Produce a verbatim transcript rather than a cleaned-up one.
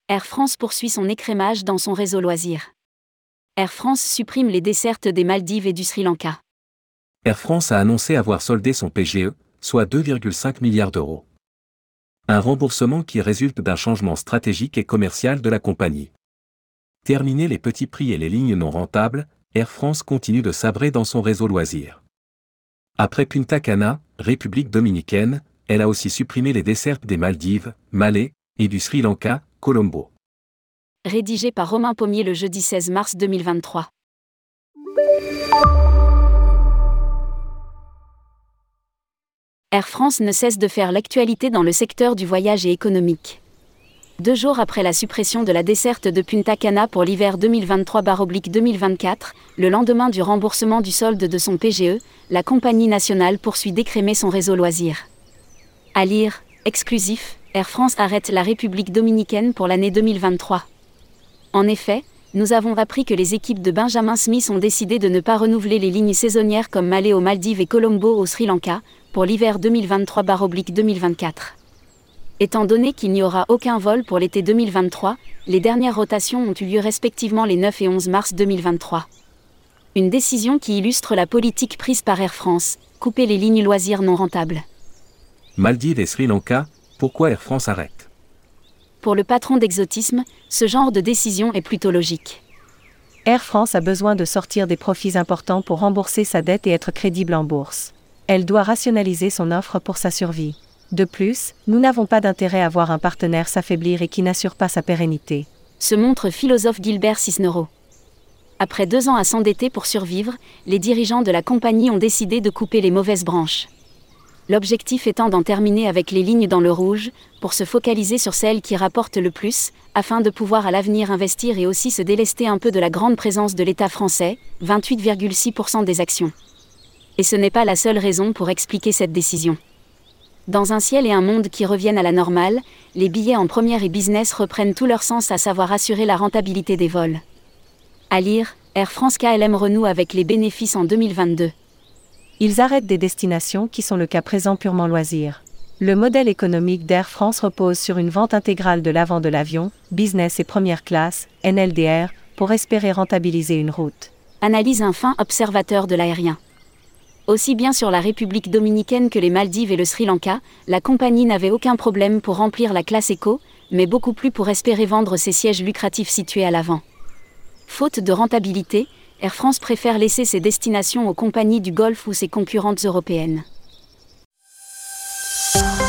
Air France poursuit son écrémage dans son réseau loisirs. Air France supprime les dessertes des Maldives et du Sri Lanka. Air France a annoncé avoir soldé son P G E, soit deux virgule cinq milliards d'euros. Un remboursement qui résulte d'un changement stratégique et commercial de la compagnie. Terminer les petits prix et les lignes non rentables, Air France continue de sabrer dans son réseau loisirs. Après Punta Cana, République dominicaine, elle a aussi supprimé les dessertes des Maldives, Malais, et du Sri Lanka, Colombo. Rédigé par Romain Pommier le jeudi seize mars deux mille vingt-trois. Air France ne cesse de faire l'actualité dans le secteur du voyage et économique. Deux jours après la suppression de la desserte de Punta Cana pour l'hiver deux mille vingt-trois deux mille vingt-quatre, le lendemain du remboursement du solde de son P G E, la compagnie nationale poursuit d'écrémer son réseau loisirs. À lire, exclusif, Air France arrête la République dominicaine pour l'année deux mille vingt-trois. En effet, nous avons appris que les équipes de Benjamin Smith ont décidé de ne pas renouveler les lignes saisonnières comme Malé aux Maldives et Colombo au Sri Lanka, pour l'hiver deux mille vingt-trois deux mille vingt-quatre. Étant donné qu'il n'y aura aucun vol pour l'été deux mille vingt-trois, les dernières rotations ont eu lieu respectivement les neuf et onze mars deux mille vingt-trois. Une décision qui illustre la politique prise par Air France, couper les lignes loisirs non rentables. Maldives et Sri Lanka, pourquoi Air France arrête ? Pour le patron d'Exotisme, ce genre de décision est plutôt logique. Air France a besoin de sortir des profits importants pour rembourser sa dette et être crédible en bourse. Elle doit rationaliser son offre pour sa survie. De plus, nous n'avons pas d'intérêt à voir un partenaire s'affaiblir et qui n'assure pas sa pérennité. Se montre philosophe Gilbert Cisneros. Après deux ans à s'endetter pour survivre, les dirigeants de la compagnie ont décidé de couper les mauvaises branches. L'objectif étant d'en terminer avec les lignes dans le rouge, pour se focaliser sur celles qui rapportent le plus, afin de pouvoir à l'avenir investir et aussi se délester un peu de la grande présence de l'État français, vingt-huit virgule six pour cent des actions. Et ce n'est pas la seule raison pour expliquer cette décision. Dans un ciel et un monde qui reviennent à la normale, les billets en première et business reprennent tout leur sens, à savoir assurer la rentabilité des vols. À lire, Air France K L M renoue avec les bénéfices en deux mille vingt-deux. Ils arrêtent des destinations qui sont le cas présent purement loisirs. Le modèle économique d'Air France repose sur une vente intégrale de l'avant de l'avion, business et première classe, N L D R, pour espérer rentabiliser une route. Analyse un fin observateur de l'aérien. Aussi bien sur la République dominicaine que les Maldives et le Sri Lanka, la compagnie n'avait aucun problème pour remplir la classe éco, mais beaucoup plus pour espérer vendre ses sièges lucratifs situés à l'avant. Faute de rentabilité, Air France préfère laisser ses destinations aux compagnies du Golfe ou ses concurrentes européennes.